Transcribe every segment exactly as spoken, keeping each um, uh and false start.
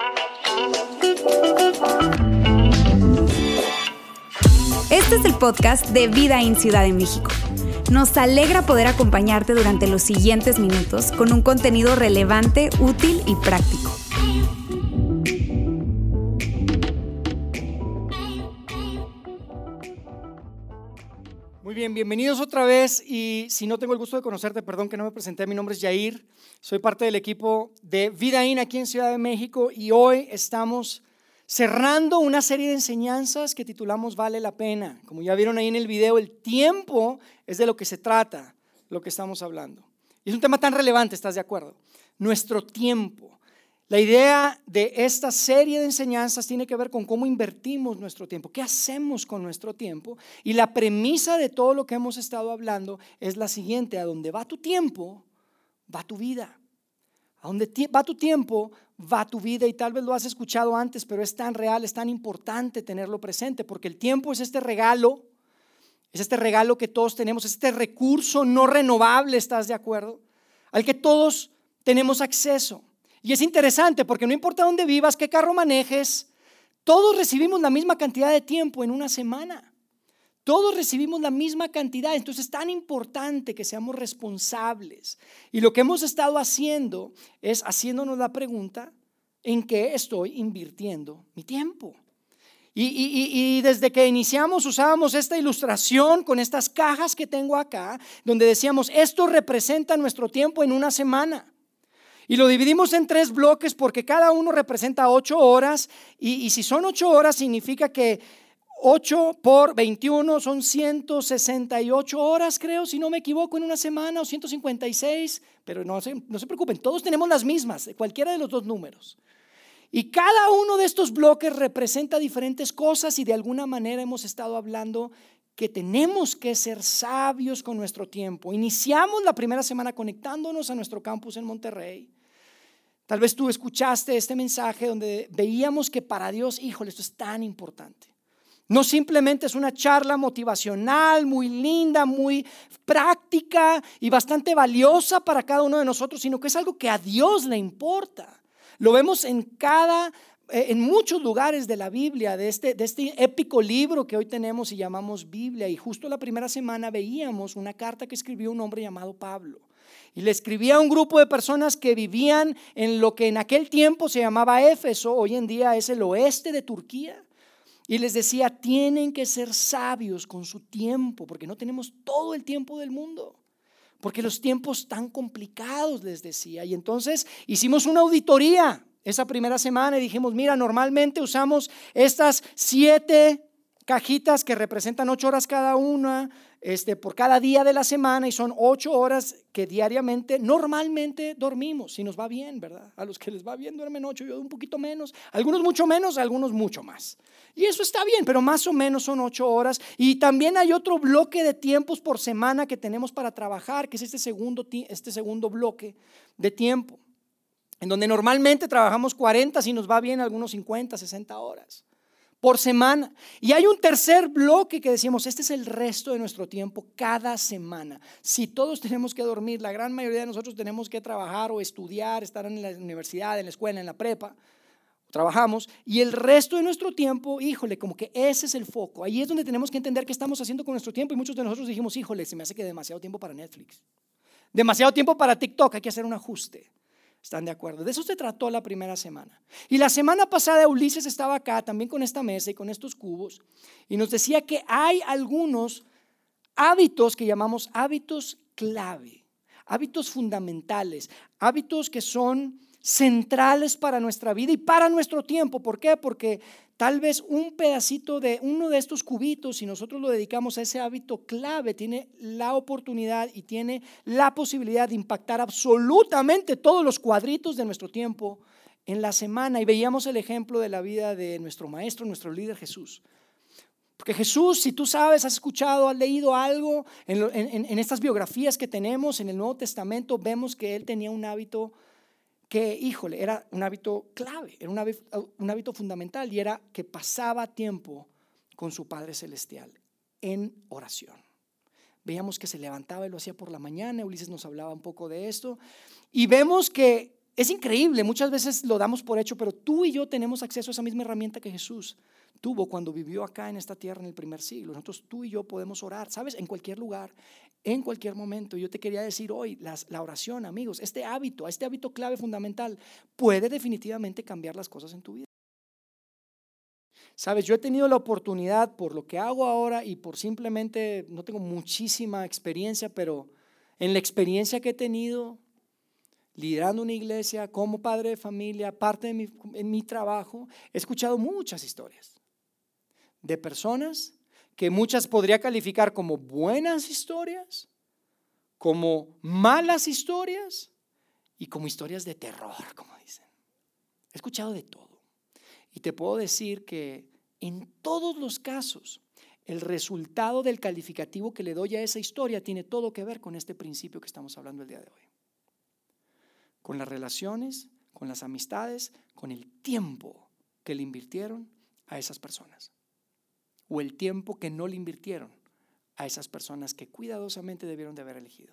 Este es el podcast de Vida en Ciudad de México. Nos alegra poder acompañarte durante los siguientes minutos con un contenido relevante, útil y práctico. Muy bien, bienvenidos otra vez, y si no tengo el gusto de conocerte, perdón que no me presenté, mi nombre es Yair, soy parte del equipo de Vida In aquí en Ciudad de México, y hoy estamos cerrando una serie de enseñanzas que titulamos Vale la Pena. Como ya vieron ahí en el video, el tiempo es de lo que se trata, lo que estamos hablando. Y es un tema tan relevante, ¿estás de acuerdo? Nuestro tiempo. La idea de esta serie de enseñanzas tiene que ver con cómo invertimos nuestro tiempo, qué hacemos con nuestro tiempo. Y la premisa de todo lo que hemos estado hablando es la siguiente: a donde va tu tiempo, va tu vida. A donde va tu tiempo, va tu vida. Y tal vez lo has escuchado antes, pero es tan real, es tan importante tenerlo presente, porque el tiempo es este regalo, es este regalo que todos tenemos, es este recurso no renovable, ¿estás de acuerdo? Al que todos tenemos acceso. Y es interesante porque no importa dónde vivas, qué carro manejes, todos recibimos la misma cantidad de tiempo en una semana. Todos recibimos la misma cantidad. Entonces es tan importante que seamos responsables. Y lo que hemos estado haciendo es haciéndonos la pregunta: ¿en qué estoy invirtiendo mi tiempo? Y, y, y desde que iniciamos usábamos esta ilustración con estas cajas que tengo acá, donde decíamos: esto representa nuestro tiempo en una semana. Y lo dividimos en tres bloques porque cada uno representa ocho horas. Y, y si son ocho horas, significa que ocho por veintiuno son ciento sesenta y ocho horas, creo, si no me equivoco, en una semana, o ciento cincuenta y seis. Pero no se, no se preocupen, todos tenemos las mismas, cualquiera de los dos números. Y cada uno de estos bloques representa diferentes cosas, y de alguna manera hemos estado hablando que tenemos que ser sabios con nuestro tiempo. Iniciamos la primera semana conectándonos a nuestro campus en Monterrey. Tal vez tú escuchaste este mensaje donde veíamos que para Dios, híjole, esto es tan importante. No simplemente es una charla motivacional muy linda, muy práctica y bastante valiosa para cada uno de nosotros, sino que es algo que a Dios le importa. Lo vemos en cada en muchos lugares de la Biblia, de este, de este épico libro que hoy tenemos y llamamos Biblia. Y justo la primera semana veíamos una carta que escribió un hombre llamado Pablo, y le escribía a un grupo de personas que vivían en lo que en aquel tiempo se llamaba Éfeso, hoy en día es el oeste de Turquía. Y les decía: tienen que ser sabios con su tiempo, porque no tenemos todo el tiempo del mundo, porque los tiempos están complicados, les decía. Y entonces hicimos una auditoría esa primera semana y dijimos: mira, normalmente usamos estas siete cajitas que representan ocho horas cada una, este, por cada día de la semana, y son ocho horas que diariamente normalmente dormimos, si nos va bien, ¿verdad? A los que les va bien duermen ocho, yo un poquito menos, algunos mucho menos, algunos mucho más. Y eso está bien, pero más o menos son ocho horas. Y también hay otro bloque de tiempos por semana que tenemos para trabajar, que es este segundo, este segundo bloque de tiempo, en donde normalmente trabajamos cuarenta, si nos va bien, algunos cincuenta, sesenta horas por semana. Y hay un tercer bloque que decimos: este es el resto de nuestro tiempo cada semana. Si todos tenemos que dormir, la gran mayoría de nosotros tenemos que trabajar o estudiar, estar en la universidad, en la escuela, en la prepa, trabajamos, y el resto de nuestro tiempo, híjole, como que ese es el foco. Ahí es donde tenemos que entender qué estamos haciendo con nuestro tiempo. Y muchos de nosotros dijimos: híjole, se me hace que demasiado tiempo para Netflix, demasiado tiempo para TikTok, hay que hacer un ajuste. ¿Están de acuerdo? De eso se trató la primera semana. Y la semana pasada Ulises estaba acá también con esta mesa y con estos cubos, y nos decía que hay algunos hábitos que llamamos hábitos clave, hábitos fundamentales, hábitos que son centrales para nuestra vida y para nuestro tiempo. ¿Por qué? Porque tal vez un pedacito de uno de estos cubitos, si nosotros lo dedicamos a ese hábito clave, tiene la oportunidad y tiene la posibilidad de impactar absolutamente todos los cuadritos de nuestro tiempo en la semana. Y veíamos el ejemplo de la vida de nuestro maestro, nuestro líder Jesús. Porque Jesús, si tú sabes, has escuchado, has leído algo en, en, en estas biografías que tenemos en el Nuevo Testamento, vemos que él tenía un hábito que, híjole, era un hábito clave, era un hábito, un hábito fundamental, y era que pasaba tiempo con su Padre Celestial en oración. Veíamos que se levantaba y lo hacía por la mañana. Ulises nos hablaba un poco de esto, y vemos que es increíble, muchas veces lo damos por hecho, pero tú y yo tenemos acceso a esa misma herramienta que Jesús tuvo cuando vivió acá en esta tierra en el primer siglo. Nosotros, tú y yo podemos orar, ¿sabes? En cualquier lugar, en cualquier momento. Yo te quería decir hoy, las, la oración, amigos, este hábito, este hábito clave fundamental puede definitivamente cambiar las cosas en tu vida. Sabes, yo he tenido la oportunidad por lo que hago ahora y por simplemente, no tengo muchísima experiencia, pero en la experiencia que he tenido liderando una iglesia, como padre de familia, parte de mi, en mi trabajo, he escuchado muchas historias de personas que muchas podría calificar como buenas historias, como malas historias y como historias de terror, como dicen. He escuchado de todo. Y te puedo decir que en todos los casos, el resultado del calificativo que le doy a esa historia tiene todo que ver con este principio que estamos hablando el día de hoy. Con las relaciones, con las amistades, con el tiempo que le invirtieron a esas personas. O el tiempo que no le invirtieron a esas personas que cuidadosamente debieron de haber elegido.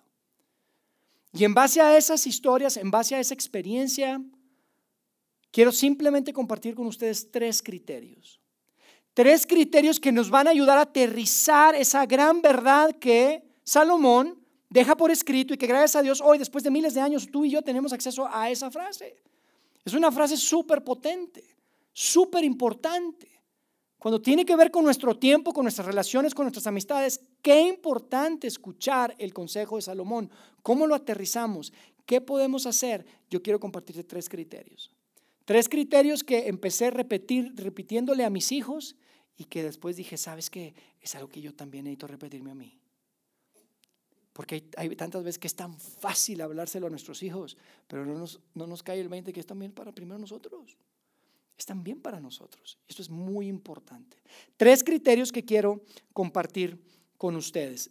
Y en base a esas historias, en base a esa experiencia, quiero simplemente compartir con ustedes tres criterios. Tres criterios que nos van a ayudar a aterrizar esa gran verdad que Salomón deja por escrito y que gracias a Dios hoy, después de miles de años, tú y yo tenemos acceso a esa frase. Es una frase súper potente, súper importante. Cuando tiene que ver con nuestro tiempo, con nuestras relaciones, con nuestras amistades, qué importante escuchar el consejo de Salomón. ¿Cómo lo aterrizamos? ¿Qué podemos hacer? Yo quiero compartirte tres criterios. Tres criterios que empecé a repetir, repitiéndole a mis hijos y que después dije, ¿sabes qué? Es algo que yo también necesito repetirme a mí. Porque hay, hay tantas veces que es tan fácil hablárselo a nuestros hijos, pero no nos, no nos cae el veinte que es también para primero nosotros. Es también para nosotros. Esto es muy importante. Tres criterios que quiero compartir con ustedes.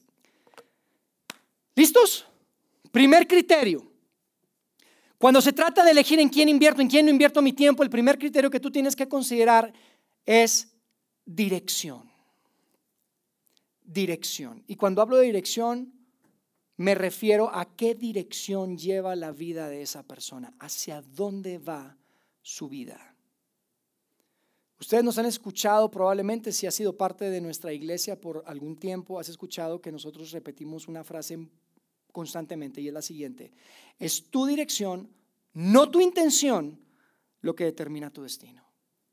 ¿Listos? Primer criterio. Cuando se trata de elegir en quién invierto, en quién no invierto mi tiempo, el primer criterio que tú tienes que considerar es dirección. Dirección. Y cuando hablo de dirección, me refiero a qué dirección lleva la vida de esa persona, hacia dónde va su vida. Ustedes nos han escuchado probablemente, si has sido parte de nuestra iglesia por algún tiempo, has escuchado que nosotros repetimos una frase constantemente y es la siguiente: es tu dirección, no tu intención, lo que determina tu destino.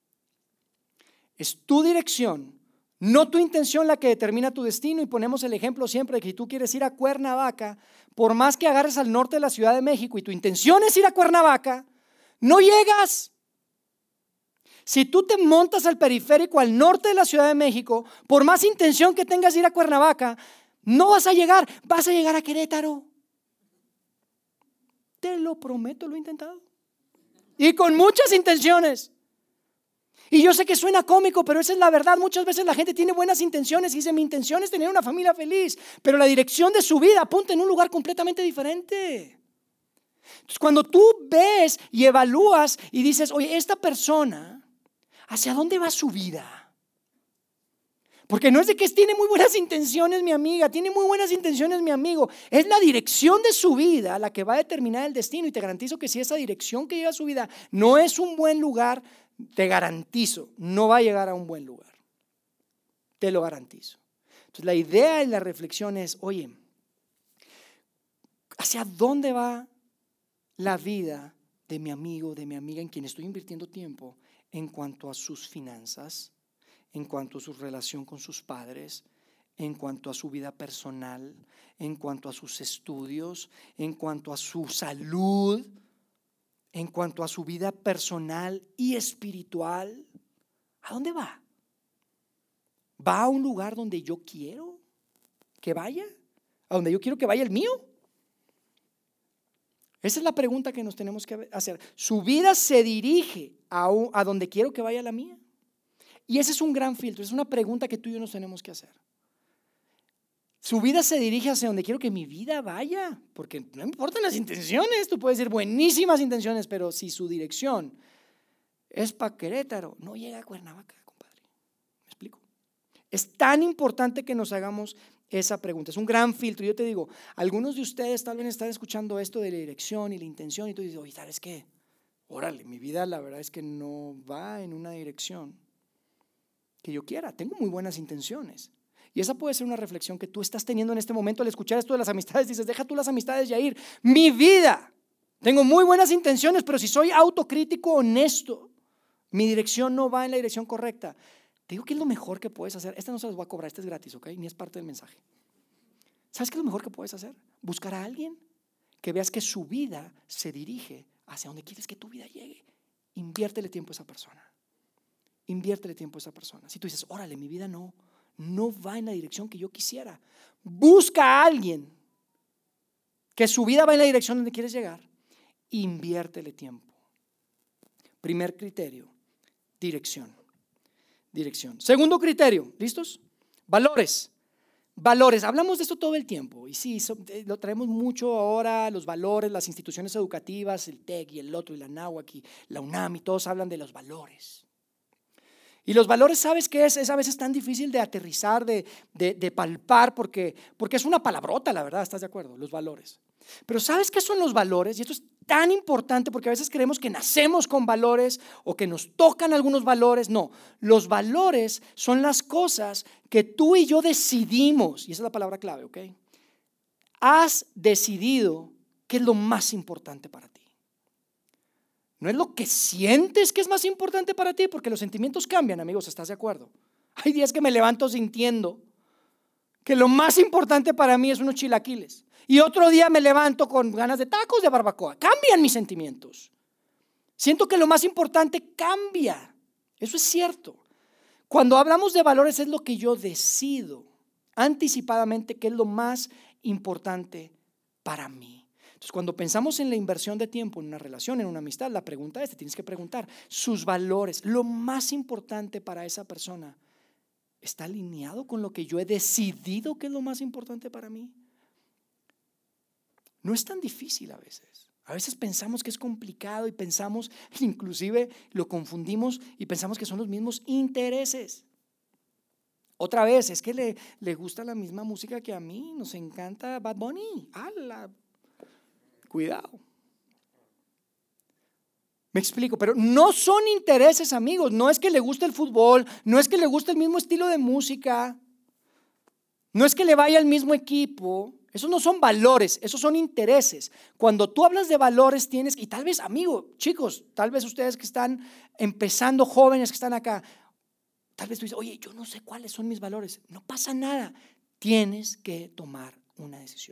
Es tu dirección, no tu intención, la que determina tu destino. Y ponemos el ejemplo siempre de que si tú quieres ir a Cuernavaca, por más que agarres al norte de la Ciudad de México y tu intención es ir a Cuernavaca, no llegas. Si tú te montas al periférico al norte de la Ciudad de México, por más intención que tengas de ir a Cuernavaca, no vas a llegar, vas a llegar a Querétaro. Te lo prometo, lo he intentado. Y con muchas intenciones. Y yo sé que suena cómico, pero esa es la verdad. Muchas veces la gente tiene buenas intenciones y dice, mi intención es tener una familia feliz, pero la dirección de su vida apunta en un lugar completamente diferente. Entonces, cuando tú ves y evalúas y dices, oye, esta persona, ¿hacia dónde va su vida? Porque no es de que tiene muy buenas intenciones mi amiga, tiene muy buenas intenciones mi amigo. Es la dirección de su vida la que va a determinar el destino. Y te garantizo que si esa dirección que lleva su vida no es un buen lugar, te garantizo, no va a llegar a un buen lugar. Te lo garantizo. Entonces la idea y la reflexión es, oye, ¿hacia dónde va la vida de mi amigo, de mi amiga en quien estoy invirtiendo tiempo en cuanto a sus finanzas, en cuanto a su relación con sus padres, en cuanto a su vida personal, en cuanto a sus estudios, en cuanto a su salud, en cuanto a su vida personal y espiritual? ¿A dónde va? ¿Va a un lugar donde yo quiero que vaya? ¿A donde yo quiero que vaya el mío? Esa es la pregunta que nos tenemos que hacer. ¿Su vida se dirige a, un, a donde quiero que vaya la mía? Y ese es un gran filtro, es una pregunta que tú y yo nos tenemos que hacer. Su vida se dirige hacia donde quiero que mi vida vaya, porque no importan las intenciones, tú puedes decir buenísimas intenciones, pero si su dirección es para Querétaro, no llega a Cuernavaca, compadre. ¿Me explico? Es tan importante que nos hagamos esa pregunta. Es un gran filtro. Yo te digo, algunos de ustedes tal vez están escuchando esto de la dirección y la intención y tú dices, oye, ¿sabes qué? Órale, mi vida la verdad es que no va en una dirección que yo quiera. Tengo muy buenas intenciones. Y esa puede ser una reflexión que tú estás teniendo en este momento al escuchar esto de las amistades. Dices, deja tú las amistades, Yair. Mi vida, tengo muy buenas intenciones, pero si soy autocrítico, honesto, mi dirección no va en la dirección correcta. Te digo que es lo mejor que puedes hacer. Esta no se las voy a cobrar, esta es gratis, ¿ok? Ni es parte del mensaje. ¿Sabes qué es lo mejor que puedes hacer? Buscar a alguien que veas que su vida se dirige hacia donde quieres que tu vida llegue. Inviértele tiempo a esa persona. Inviértele tiempo a esa persona. Si tú dices, órale, mi vida no, no va en la dirección que yo quisiera. Busca a alguien que su vida va en la dirección donde quieres llegar. Inviértele tiempo. Primer criterio, dirección. Dirección. Segundo criterio, ¿listos? Valores. Valores, hablamos de esto todo el tiempo y sí, so, lo traemos mucho ahora, los valores, las instituciones educativas, el TEC y el otro y la NAHUAC y la UNAM y todos hablan de los valores. Y los valores, ¿sabes qué es? Es a veces tan difícil de aterrizar, de, de, de palpar, porque, porque es una palabrota, la verdad, ¿estás de acuerdo? Los valores. Pero ¿sabes qué son los valores? Y esto es tan importante porque a veces creemos que nacemos con valores o que nos tocan algunos valores. No, los valores son las cosas que tú y yo decidimos, y esa es la palabra clave, ¿ok? Has decidido qué es lo más importante para ti. No es lo que sientes que es más importante para ti, porque los sentimientos cambian, amigos, ¿estás de acuerdo? Hay días que me levanto sintiendo que lo más importante para mí es unos chilaquiles. Y otro día me levanto con ganas de tacos de barbacoa. Cambian mis sentimientos. Siento que lo más importante cambia. Eso es cierto. Cuando hablamos de valores es lo que yo decido anticipadamente que es lo más importante para mí. Entonces, cuando pensamos en la inversión de tiempo en una relación, en una amistad, la pregunta es, te tienes que preguntar, sus valores, lo más importante para esa persona, ¿está alineado con lo que yo he decidido que es lo más importante para mí? No es tan difícil a veces. A veces pensamos que es complicado y pensamos, inclusive lo confundimos y pensamos que son los mismos intereses. Otra vez, es que le, le gusta la misma música que a mí, nos encanta Bad Bunny. ¡Hala! Cuidado. Me explico, pero no son intereses, amigos. No es que le guste el fútbol, no es que le guste el mismo estilo de música, no es que le vaya al mismo equipo. Esos no son valores, esos son intereses. Cuando tú hablas de valores tienes, y tal vez, amigo, chicos, tal vez ustedes que están empezando, jóvenes que están acá, tal vez tú dices, oye, yo no sé cuáles son mis valores. No pasa nada, tienes que tomar una decisión.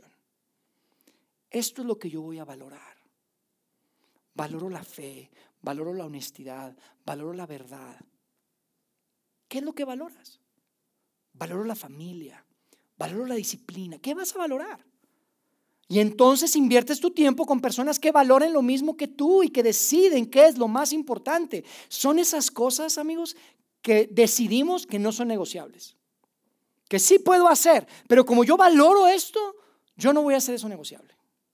Esto es lo que yo voy a valorar. Valoro la fe, valoro la honestidad, valoro la verdad. ¿Qué es lo que valoras? Valoro la familia, valoro la disciplina. ¿Qué vas a valorar? Y entonces inviertes tu tiempo con personas que valoren lo mismo que tú y que deciden qué es lo más importante. Son esas cosas, amigos, que decidimos que no son negociables. Que sí puedo hacer, pero como yo valoro esto, yo no voy a hacer eso negociable.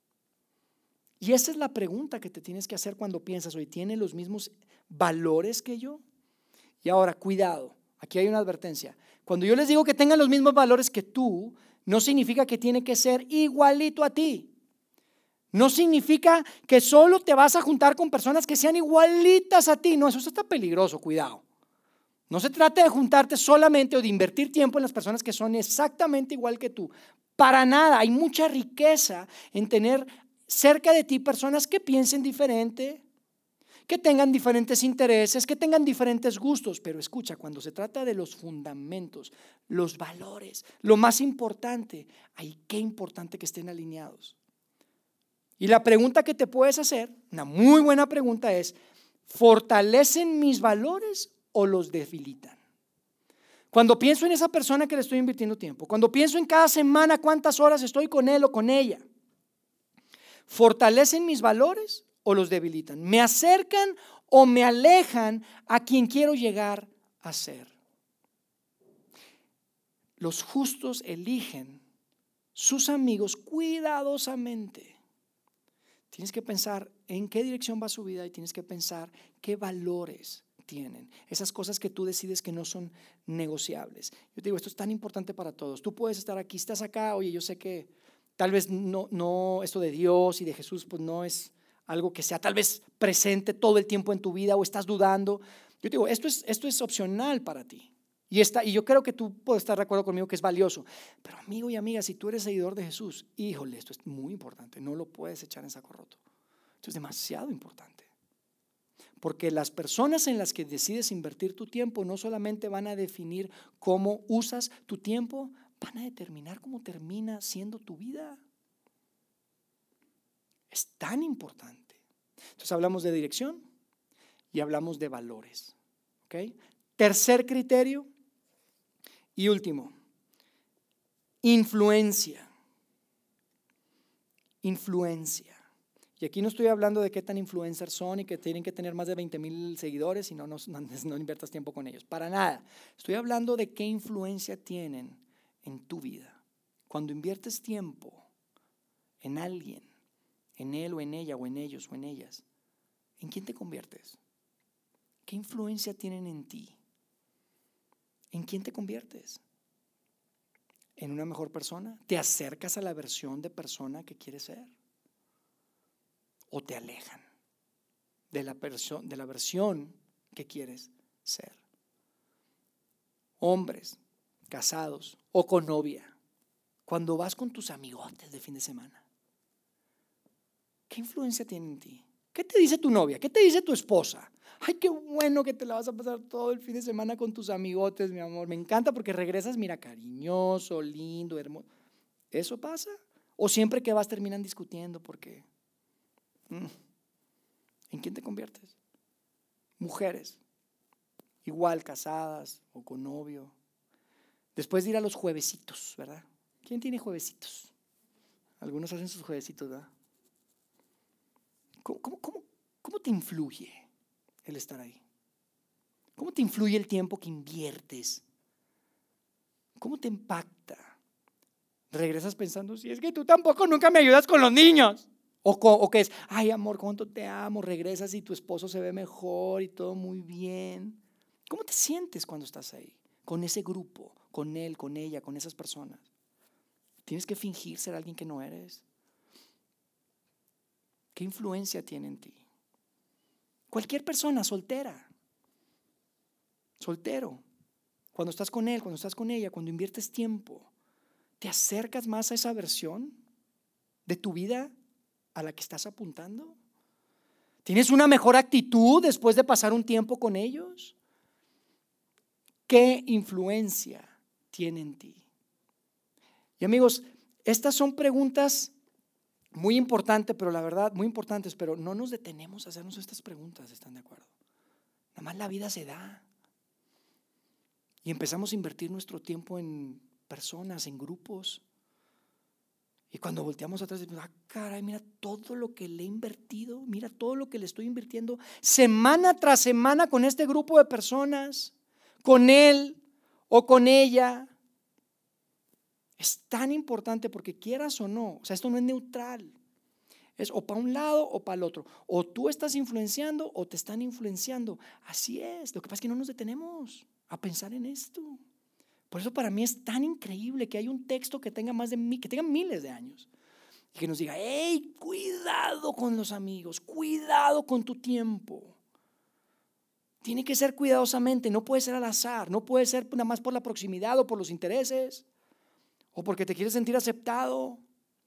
Y esa es la pregunta que te tienes que hacer cuando piensas, oye, ¿tiene los mismos valores que yo? Y ahora, cuidado, aquí hay una advertencia. Cuando yo les digo que tengan los mismos valores que tú, no significa que tiene que ser igualito a ti. No significa que solo te vas a juntar con personas que sean igualitas a ti. No, eso está peligroso, cuidado. No se trata de juntarte solamente o de invertir tiempo en las personas que son exactamente igual que tú. Para nada, hay mucha riqueza en tener cerca de ti personas que piensen diferente, que tengan diferentes intereses, que tengan diferentes gustos. Pero escucha, cuando se trata de los fundamentos, los valores, lo más importante, ay, qué importante que estén alineados. Y la pregunta que te puedes hacer, una muy buena pregunta es, ¿fortalecen mis valores o los debilitan? Cuando pienso en esa persona que le estoy invirtiendo tiempo, cuando pienso en cada semana cuántas horas estoy con él o con ella, ¿fortalecen mis valores o los debilitan? ¿Me acercan o me alejan a quien quiero llegar a ser? Los justos eligen sus amigos cuidadosamente. Tienes que pensar en qué dirección va su vida y tienes que pensar qué valores tienen, esas cosas que tú decides que no son negociables. Yo te digo, esto es tan importante para todos. Tú puedes estar aquí, estás acá, oye, yo sé que tal vez no, no, esto de Dios y de Jesús, pues no es algo que sea tal vez presente todo el tiempo en tu vida o estás dudando. Yo te digo, esto es, esto es opcional para ti. Y, está, y yo creo que tú puedes estar de acuerdo conmigo que es valioso. Pero amigo y amiga, si tú eres seguidor de Jesús, híjole, esto es muy importante. No lo puedes echar en saco roto. Esto es demasiado importante. Porque las personas en las que decides invertir tu tiempo no solamente van a definir cómo usas tu tiempo, van a determinar cómo termina siendo tu vida. Es tan importante. Entonces hablamos de dirección y hablamos de valores. ¿Okay? Tercer criterio y último, influencia. Influencia. Y aquí no estoy hablando de qué tan influencers son y que tienen que tener más de veinte mil seguidores y no, no, no, no inviertas tiempo con ellos. Para nada. Estoy hablando de qué influencia tienen en tu vida. Cuando inviertes tiempo en alguien, en él o en ella o en ellos o en ellas, ¿en quién te conviertes? ¿Qué influencia tienen en ti? ¿En quién te conviertes? ¿En una mejor persona? ¿Te acercas a la versión de persona que quieres ser? ¿O te alejan de la, perso- de la versión que quieres ser? Hombres casados o con novia, cuando vas con tus amigotes de fin de semana, ¿qué influencia tiene en ti? ¿Qué te dice tu novia? ¿Qué te dice tu esposa? Ay, qué bueno que te la vas a pasar todo el fin de semana con tus amigotes, mi amor. Me encanta porque regresas, mira, cariñoso, lindo, hermoso. ¿Eso pasa? ¿O siempre que vas terminan discutiendo porque... ¿En quién te conviertes? Mujeres, igual casadas o con novio. Después de ir a los juevesitos, ¿verdad? ¿Quién tiene juevesitos? Algunos hacen sus juevesitos, ¿verdad? ¿Cómo, cómo, cómo, cómo te influye el estar ahí? ¿Cómo te influye el tiempo que inviertes? ¿Cómo te impacta? Regresas pensando, si es que tú tampoco nunca me ayudas con los niños. O, o que es, ay amor, cuánto te amo, regresas y tu esposo se ve mejor y todo muy bien. ¿Cómo te sientes cuando estás ahí? Con ese grupo, con él, con ella, con esas personas. ¿Tienes que fingir ser alguien que no eres? ¿Qué influencia tiene en ti? Cualquier persona soltera, soltero, cuando estás con él, cuando estás con ella, cuando inviertes tiempo, ¿te acercas más a esa versión de tu vida a la que estás apuntando? ¿Tienes una mejor actitud después de pasar un tiempo con ellos? ¿Qué influencia tiene en ti? Y amigos, estas son preguntas muy importantes, pero la verdad, muy importantes, pero no nos detenemos a hacernos estas preguntas, ¿están de acuerdo? Nada más la vida se da. Y empezamos a invertir nuestro tiempo en personas, en grupos. Y cuando volteamos atrás, decimos, ah, caray, mira todo lo que le he invertido, mira todo lo que le estoy invirtiendo semana tras semana con este grupo de personas, con él o con ella. Es tan importante porque quieras o no, o sea, esto no es neutral. Es o para un lado o para el otro. O tú estás influenciando o te están influenciando. Así es. Lo que pasa es que no nos detenemos a pensar en esto. Por eso para mí es tan increíble que hay un texto que tenga más de mil, que tenga miles de años y que nos diga, hey, cuidado con los amigos, cuidado con tu tiempo. Tiene que ser cuidadosamente, no puede ser al azar, no puede ser nada más por la proximidad o por los intereses o porque te quieres sentir aceptado.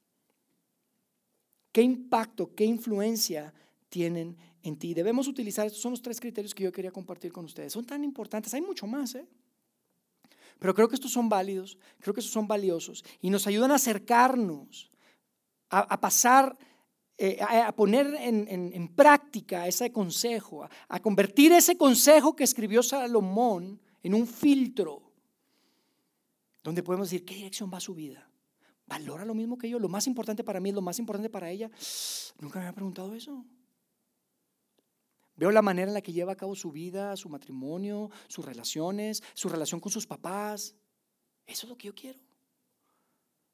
¿Qué impacto, qué influencia tienen en ti? Debemos utilizar, estos son los tres criterios que yo quería compartir con ustedes. Son tan importantes, hay mucho más, ¿eh? Pero creo que estos son válidos, creo que estos son valiosos y nos ayudan a acercarnos, a, a pasar, eh, a, a poner en, en, en práctica ese consejo, a, a convertir ese consejo que escribió Salomón en un filtro donde podemos decir, ¿qué dirección va su vida? ¿Valora lo mismo que yo? Lo más importante para mí es lo más importante para ella. Nunca me había preguntado eso. Veo la manera en la que lleva a cabo su vida, su matrimonio, sus relaciones, su relación con sus papás. Eso es lo que yo quiero.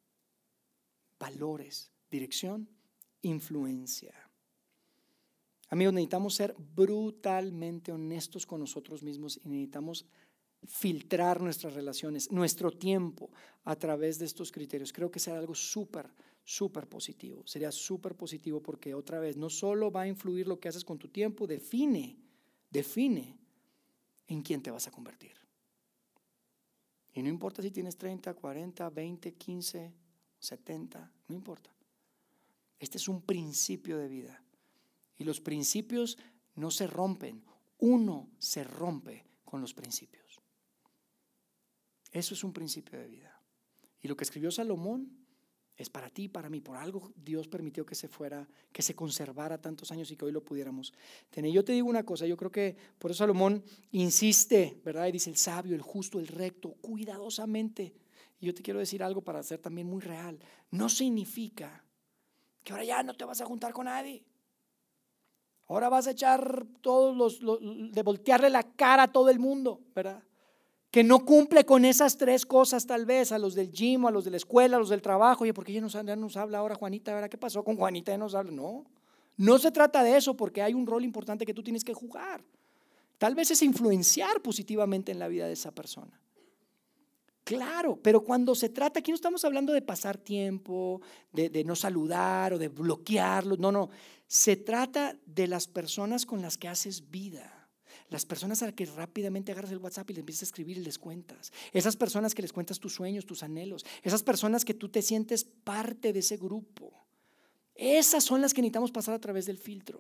Valores, dirección, influencia. Amigos, necesitamos ser brutalmente honestos con nosotros mismos y necesitamos filtrar nuestras relaciones, nuestro tiempo a través de estos criterios. Creo que será algo súper, súper positivo. Sería súper positivo porque otra vez no solo va a influir lo que haces con tu tiempo, define, define en quién te vas a convertir. Y no importa si tienes treinta, cuarenta, veinte, quince, setenta, no importa. Este es un principio de vida. Y los principios no se rompen, uno se rompe con los principios. Eso es un principio de vida. Y lo que escribió Salomón es para ti y para mí. Por algo Dios permitió que se fuera, que se conservara tantos años y que hoy lo pudiéramos tener. Yo te digo una cosa, yo creo que por eso Salomón insiste, ¿verdad? Y dice el sabio, el justo, el recto, cuidadosamente. Y yo te quiero decir algo para ser también muy real. No significa que ahora ya no te vas a juntar con nadie. Ahora vas a echar todos los, los de voltearle la cara a todo el mundo, ¿verdad? Que no cumple con esas tres cosas tal vez, a los del gym, a los de la escuela, a los del trabajo. Oye, ¿por qué ya nos, ya nos habla ahora Juanita? ¿Verdad? ¿Qué pasó con Juanita? Ya nos habla. No, no se trata de eso porque hay un rol importante que tú tienes que jugar. Tal vez es influenciar positivamente en la vida de esa persona. Claro, pero cuando se trata, aquí no estamos hablando de pasar tiempo, de, de no saludar o de bloquearlos. No, no, se trata de las personas con las que haces vida. Las personas a las que rápidamente agarras el WhatsApp y les empiezas a escribir y les cuentas. Esas personas que les cuentas tus sueños, tus anhelos. Esas personas que tú te sientes parte de ese grupo. Esas son las que necesitamos pasar a través del filtro.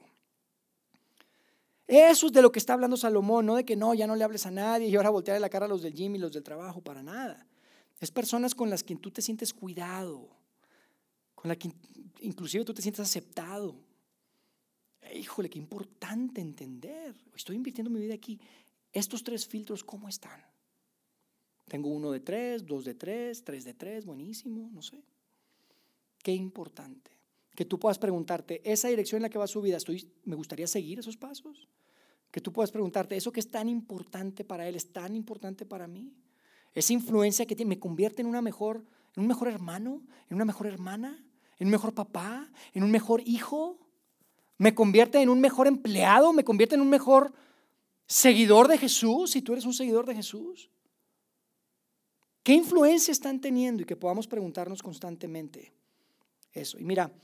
Eso es de lo que está hablando Salomón, no de que no, ya no le hables a nadie y ahora voltearle la cara a los del gym y los del trabajo, para nada. Es personas con las que tú te sientes cuidado, con las que inclusive tú te sientes aceptado. Híjole, qué importante entender. Estoy invirtiendo mi vida aquí. Estos tres filtros, ¿cómo están? Tengo uno de tres, dos de tres, tres de tres, buenísimo, no sé. Qué importante que tú puedas preguntarte, esa dirección en la que va su vida, estoy, ¿me gustaría seguir esos pasos? Que tú puedas preguntarte, eso que es tan importante para él, es tan importante para mí. Esa influencia que tiene, me convierte en una mejor, en un mejor hermano, en una mejor hermana, en un mejor papá, en un mejor hijo. Me convierte en un mejor empleado, me convierte en un mejor seguidor de Jesús, si tú eres un seguidor de Jesús. ¿Qué influencia están teniendo? Y que podamos preguntarnos constantemente eso. Y mira,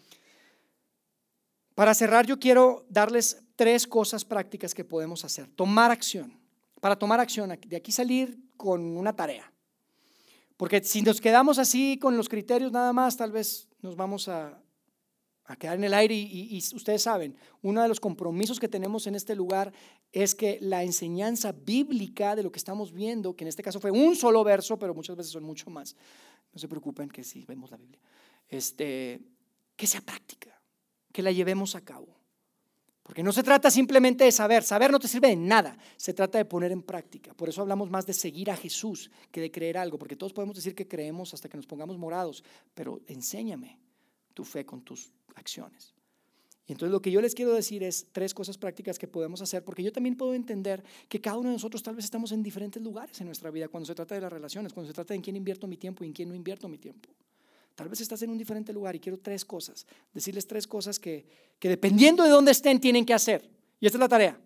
para cerrar yo quiero darles tres cosas prácticas que podemos hacer. Tomar acción. Para tomar acción, de aquí salir con una tarea. Porque si nos quedamos así con los criterios nada más, tal vez nos vamos a... a quedar en el aire y, y, y ustedes saben, uno de los compromisos que tenemos en este lugar es que la enseñanza bíblica de lo que estamos viendo, que en este caso fue un solo verso, pero muchas veces son mucho más, no se preocupen que sí vemos la Biblia, este, que sea práctica, que la llevemos a cabo, porque no se trata simplemente de saber, saber no te sirve de nada, se trata de poner en práctica. Por eso hablamos más de seguir a Jesús que de creer algo, porque todos podemos decir que creemos hasta que nos pongamos morados, pero enséñame tu fe con tus acciones. Y entonces lo que yo les quiero decir es tres cosas prácticas que podemos hacer, porque yo también puedo entender que cada uno de nosotros tal vez estamos en diferentes lugares en nuestra vida cuando se trata de las relaciones, cuando se trata de en quién invierto mi tiempo y en quién no invierto mi tiempo. Tal vez estás en un diferente lugar y quiero tres cosas, decirles tres cosas que, que dependiendo de dónde estén tienen que hacer. Y esta es la tarea.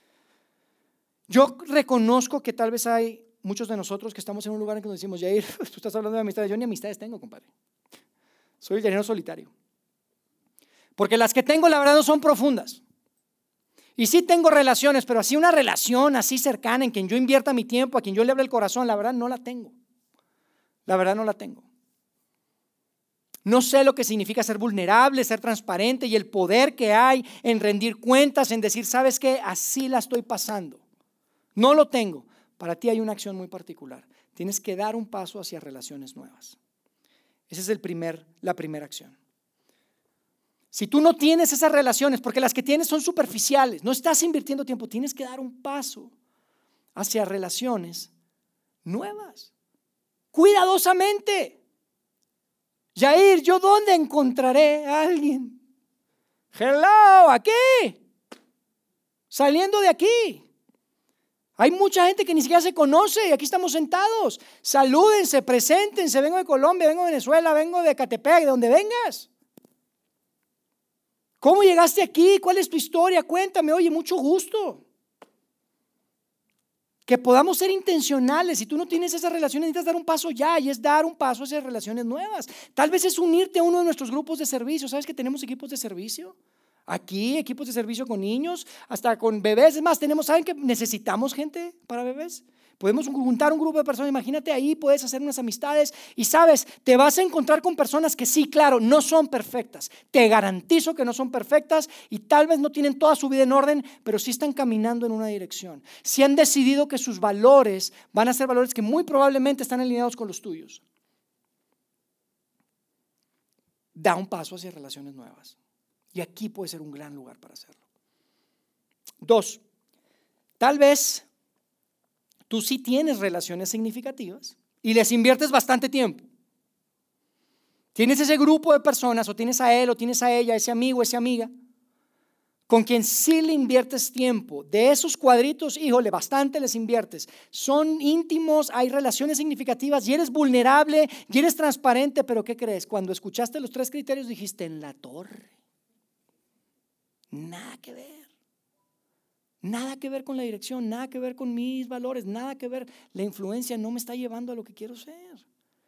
Yo reconozco que tal vez hay muchos de nosotros que estamos en un lugar en que nos decimos, Yair, tú estás hablando de amistades, yo ni amistades tengo, compadre. Soy el llanero solitario. Porque las que tengo la verdad no son profundas. Y sí tengo relaciones, pero así una relación así cercana en quien yo invierta mi tiempo, a quien yo le hable el corazón, la verdad no la tengo. La verdad no la tengo. No sé lo que significa ser vulnerable, ser transparente y el poder que hay en rendir cuentas, en decir, ¿sabes qué? Así la estoy pasando. No lo tengo. Para ti hay una acción muy particular. Tienes que dar un paso hacia relaciones nuevas. Esa es el primer, la primera acción. Si tú no tienes esas relaciones, porque las que tienes son superficiales, no estás invirtiendo tiempo, tienes que dar un paso hacia relaciones nuevas, cuidadosamente. Yair, ¿yo dónde encontraré a alguien? Hello, aquí, saliendo de aquí. Hay mucha gente que ni siquiera se conoce y aquí estamos sentados. Salúdense, preséntense. Vengo de Colombia, vengo de Venezuela, vengo de Ecatepec, de donde vengas. ¿Cómo llegaste aquí? ¿Cuál es tu historia? Cuéntame. Oye, mucho gusto. Que podamos ser intencionales. Si tú no tienes esas relaciones, necesitas dar un paso ya, y es dar un paso a esas relaciones nuevas. Tal vez es unirte a uno de nuestros grupos de servicio. ¿Sabes que tenemos equipos de servicio? Aquí, equipos de servicio con niños, hasta con bebés. Es más, tenemos, ¿saben que necesitamos gente para bebés? Podemos juntar un grupo de personas. Imagínate, ahí puedes hacer unas amistades y sabes, te vas a encontrar con personas que sí, claro, no son perfectas. Te garantizo que no son perfectas y tal vez no tienen toda su vida en orden, pero sí están caminando en una dirección. Si han decidido que sus valores van a ser valores que muy probablemente están alineados con los tuyos. Da un paso hacia relaciones nuevas. Y aquí puede ser un gran lugar para hacerlo. Dos, tal vez tú sí tienes relaciones significativas y les inviertes bastante tiempo. Tienes ese grupo de personas, o tienes a él, o tienes a ella, ese amigo, esa amiga, con quien sí le inviertes tiempo. De esos cuadritos, híjole, bastante les inviertes. Son íntimos, hay relaciones significativas y eres vulnerable y eres transparente, pero ¿qué crees? Cuando escuchaste los tres criterios dijiste, en la torre. Nada que ver. Nada que ver con la dirección, nada que ver con mis valores, nada que ver. La influencia no me está llevando a lo que quiero ser.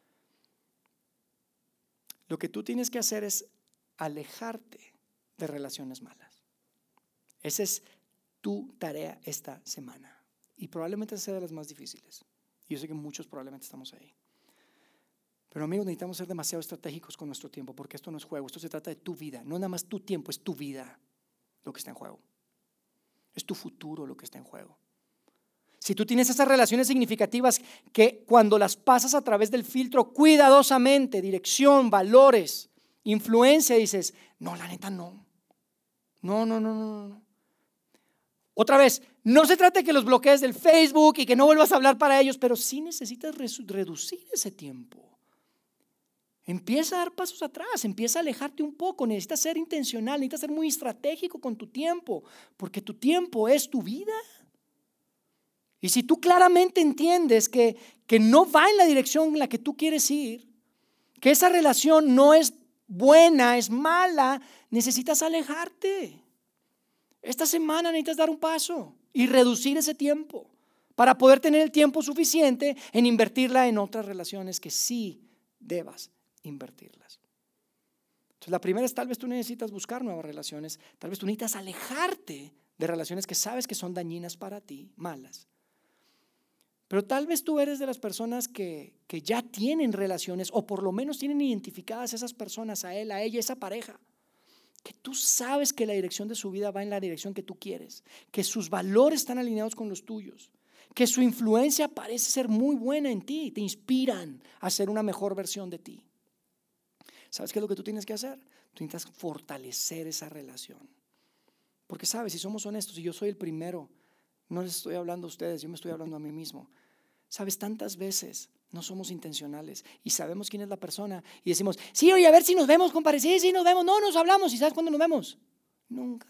Lo que tú tienes que hacer es alejarte de relaciones malas. Esa es tu tarea esta semana. Y probablemente sea de las más difíciles. Y yo sé que muchos probablemente estamos ahí. Pero amigos, necesitamos ser demasiado estratégicos con nuestro tiempo, porque esto no es juego, esto se trata de tu vida. No nada más tu tiempo, es tu vida lo que está en juego. Es tu futuro lo que está en juego. Si tú tienes esas relaciones significativas que cuando las pasas a través del filtro cuidadosamente, dirección, valores, influencia, dices, no, la neta no. No, no, no, no, no. Otra vez, no se trata de que los bloquees del Facebook y que no vuelvas a hablar para ellos, pero sí necesitas reducir ese tiempo. Empieza a dar pasos atrás, empieza a alejarte un poco, necesitas ser intencional, necesitas ser muy estratégico con tu tiempo, porque tu tiempo es tu vida. Y si tú claramente entiendes que, que no va en la dirección en la que tú quieres ir, que esa relación no es buena, es mala, necesitas alejarte. Esta semana necesitas dar un paso y reducir ese tiempo para poder tener el tiempo suficiente en invertirla en otras relaciones que sí debas invertirlas. Entonces la primera es, tal vez tú necesitas buscar nuevas relaciones, tal vez tú necesitas alejarte de relaciones que sabes que son dañinas para ti, malas. Pero tal vez tú eres de las personas que, que ya tienen relaciones, o por lo menos tienen identificadas esas personas, a él, a ella, esa pareja, que tú sabes que la dirección de su vida va en la dirección que tú quieres, que sus valores están alineados con los tuyos, que su influencia parece ser muy buena en ti, te inspiran a ser una mejor versión de ti. ¿Sabes qué es lo que tú tienes que hacer? Tú necesitas fortalecer esa relación. Porque sabes, si somos honestos, y yo soy el primero, no les estoy hablando a ustedes, yo me estoy hablando a mí mismo. Sabes, tantas veces no somos intencionales y sabemos quién es la persona y decimos, sí, oye, a ver si nos vemos, compadre, sí, sí, nos vemos. No, nos hablamos. ¿Y sabes cuándo nos vemos? Nunca.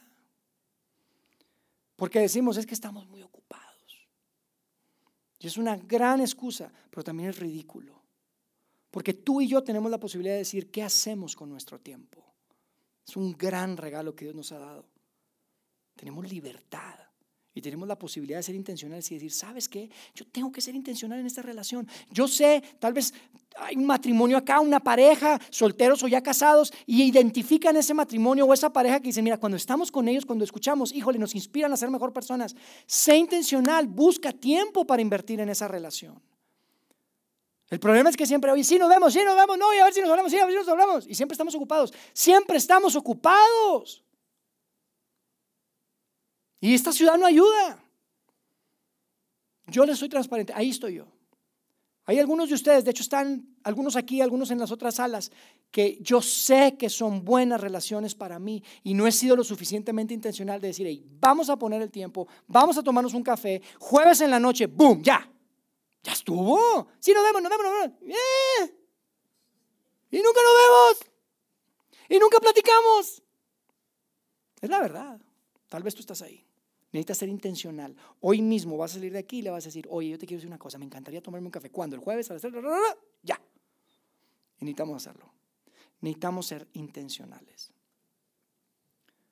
Porque decimos, es que estamos muy ocupados. Y es una gran excusa, pero también es ridículo. Porque tú y yo tenemos la posibilidad de decir qué hacemos con nuestro tiempo. Es un gran regalo que Dios nos ha dado. Tenemos libertad y tenemos la posibilidad de ser intencionales y decir, ¿sabes qué? Yo tengo que ser intencional en esta relación. Yo sé, tal vez hay un matrimonio acá, una pareja, solteros o ya casados, y identifican ese matrimonio o esa pareja que dicen, mira, cuando estamos con ellos, cuando escuchamos, híjole, nos inspiran a ser mejor personas. Sé intencional, busca tiempo para invertir en esa relación. El problema es que siempre, oye, sí nos vemos, sí nos vemos, no, y a ver si nos hablamos, sí, a ver si nos hablamos. Y siempre estamos ocupados, siempre estamos ocupados. Y esta ciudad no ayuda. Yo les soy transparente, ahí estoy yo. Hay algunos de ustedes, de hecho están algunos aquí, algunos en las otras salas, que yo sé que son buenas relaciones para mí y no he sido lo suficientemente intencional de decir, hey, vamos a poner el tiempo, vamos a tomarnos un café, jueves en la noche, boom, ya. Ya estuvo. Sí, nos vemos, nos vemos, nos vemos. Yeah. Y nunca nos vemos. Y nunca platicamos. Es la verdad. Tal vez tú estás ahí. Necesitas ser intencional. Hoy mismo vas a salir de aquí y le vas a decir, oye, yo te quiero decir una cosa, me encantaría tomarme un café. ¿Cuándo? El jueves a las tres. Ya. Y necesitamos hacerlo. Necesitamos ser intencionales.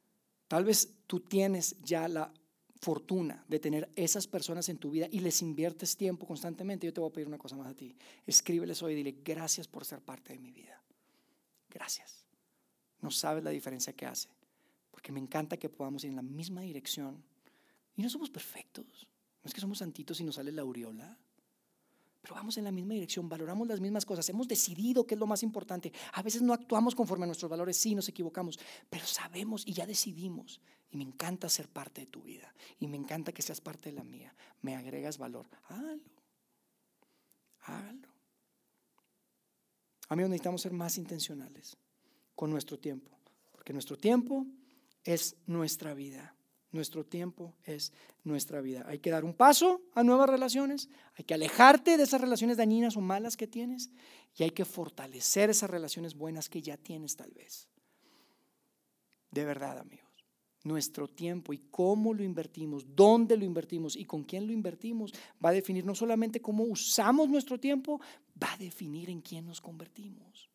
Tal vez tú tienes ya la fortuna de tener esas personas en tu vida y les inviertes tiempo constantemente. Yo te voy a pedir una cosa más a ti. Escríbeles hoy y dile: gracias por ser parte de mi vida. Gracias. No sabes la diferencia que hace, porque me encanta que podamos ir en la misma dirección. Y no somos perfectos, no es que somos santitos y nos sale la aureola, pero vamos en la misma dirección, valoramos las mismas cosas, hemos decidido qué es lo más importante. A veces no actuamos conforme a nuestros valores, sí, nos equivocamos, pero sabemos y ya decidimos. Y me encanta ser parte de tu vida y me encanta que seas parte de la mía. Me agregas valor, hágalo, hágalo. Amigos, necesitamos ser más intencionales con nuestro tiempo, porque nuestro tiempo es nuestra vida. Nuestro tiempo es nuestra vida. Hay que dar un paso a nuevas relaciones, hay que alejarte de esas relaciones dañinas o malas que tienes y hay que fortalecer esas relaciones buenas que ya tienes tal vez. De verdad, amigos, nuestro tiempo y cómo lo invertimos, dónde lo invertimos y con quién lo invertimos va a definir no solamente cómo usamos nuestro tiempo, va a definir en quién nos convertimos.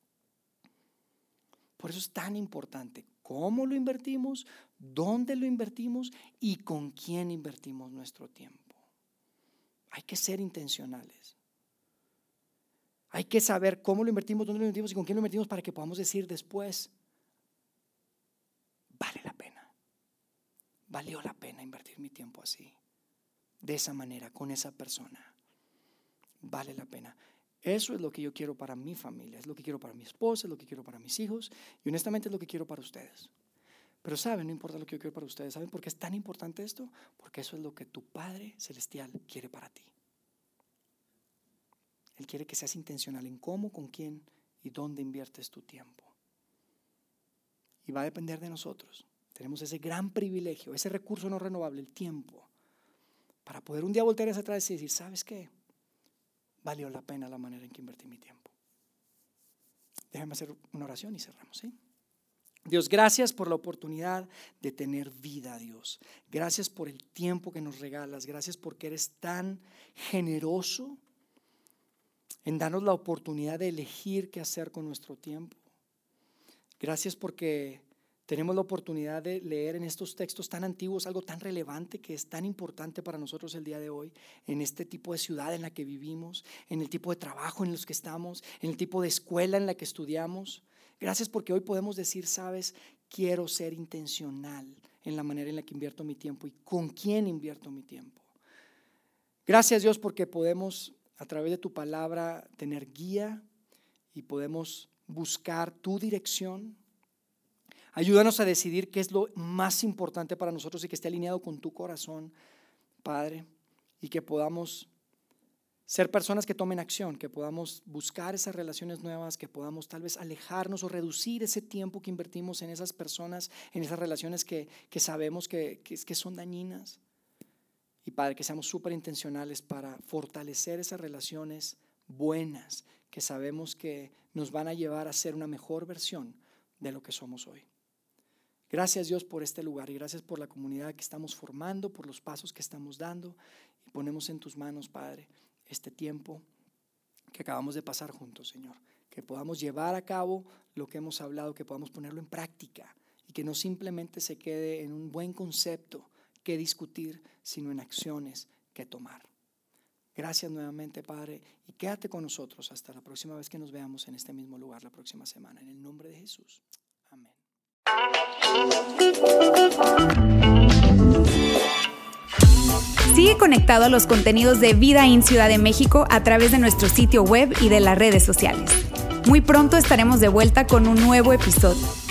Por eso es tan importante cómo lo invertimos, dónde lo invertimos y con quién invertimos nuestro tiempo. Hay que ser intencionales. Hay que saber cómo lo invertimos, dónde lo invertimos y con quién lo invertimos para que podamos decir después: vale la pena, valió la pena invertir mi tiempo así, de esa manera, con esa persona. Vale la pena. Eso es lo que yo quiero para mi familia, es lo que quiero para mi esposa, es lo que quiero para mis hijos y honestamente es lo que quiero para ustedes. Pero saben, no importa lo que yo quiero para ustedes. ¿Saben por qué es tan importante esto? Porque eso es lo que tu Padre Celestial quiere para ti. Él quiere que seas intencional en cómo, con quién y dónde inviertes tu tiempo. Y va a depender de nosotros. Tenemos ese gran privilegio, ese recurso no renovable, el tiempo, para poder un día voltear hacia atrás y decir: ¿sabes qué? Valió la pena la manera en que invertí mi tiempo. Déjame hacer una oración y cerramos, ¿sí? Dios, gracias por la oportunidad de tener vida, Dios. Gracias por el tiempo que nos regalas. Gracias porque eres tan generoso en darnos la oportunidad de elegir qué hacer con nuestro tiempo. Gracias porque tenemos la oportunidad de leer en estos textos tan antiguos algo tan relevante que es tan importante para nosotros el día de hoy, en este tipo de ciudad en la que vivimos, en el tipo de trabajo en los que estamos, en el tipo de escuela en la que estudiamos. Gracias porque hoy podemos decir: sabes, quiero ser intencional en la manera en la que invierto mi tiempo y con quién invierto mi tiempo. Gracias, Dios, porque podemos a través de tu palabra tener guía y podemos buscar tu dirección. Ayúdanos a decidir qué es lo más importante para nosotros y que esté alineado con tu corazón, Padre, y que podamos ser personas que tomen acción, que podamos buscar esas relaciones nuevas, que podamos tal vez alejarnos o reducir ese tiempo que invertimos en esas personas, en esas relaciones que, que sabemos que, que, que son dañinas. Y Padre, que seamos súper intencionales para fortalecer esas relaciones buenas que sabemos que nos van a llevar a ser una mejor versión de lo que somos hoy. Gracias, Dios, por este lugar y gracias por la comunidad que estamos formando, por los pasos que estamos dando, y ponemos en tus manos, Padre, este tiempo que acabamos de pasar juntos, Señor, que podamos llevar a cabo lo que hemos hablado, que podamos ponerlo en práctica y que no simplemente se quede en un buen concepto que discutir, sino en acciones que tomar. Gracias nuevamente, Padre, y quédate con nosotros hasta la próxima vez que nos veamos en este mismo lugar la próxima semana, en el nombre de Jesús. Amén. Sigue conectado a los contenidos de Vida In Ciudad de México a través de nuestro sitio web y de las redes sociales. Muy pronto estaremos de vuelta con un nuevo episodio.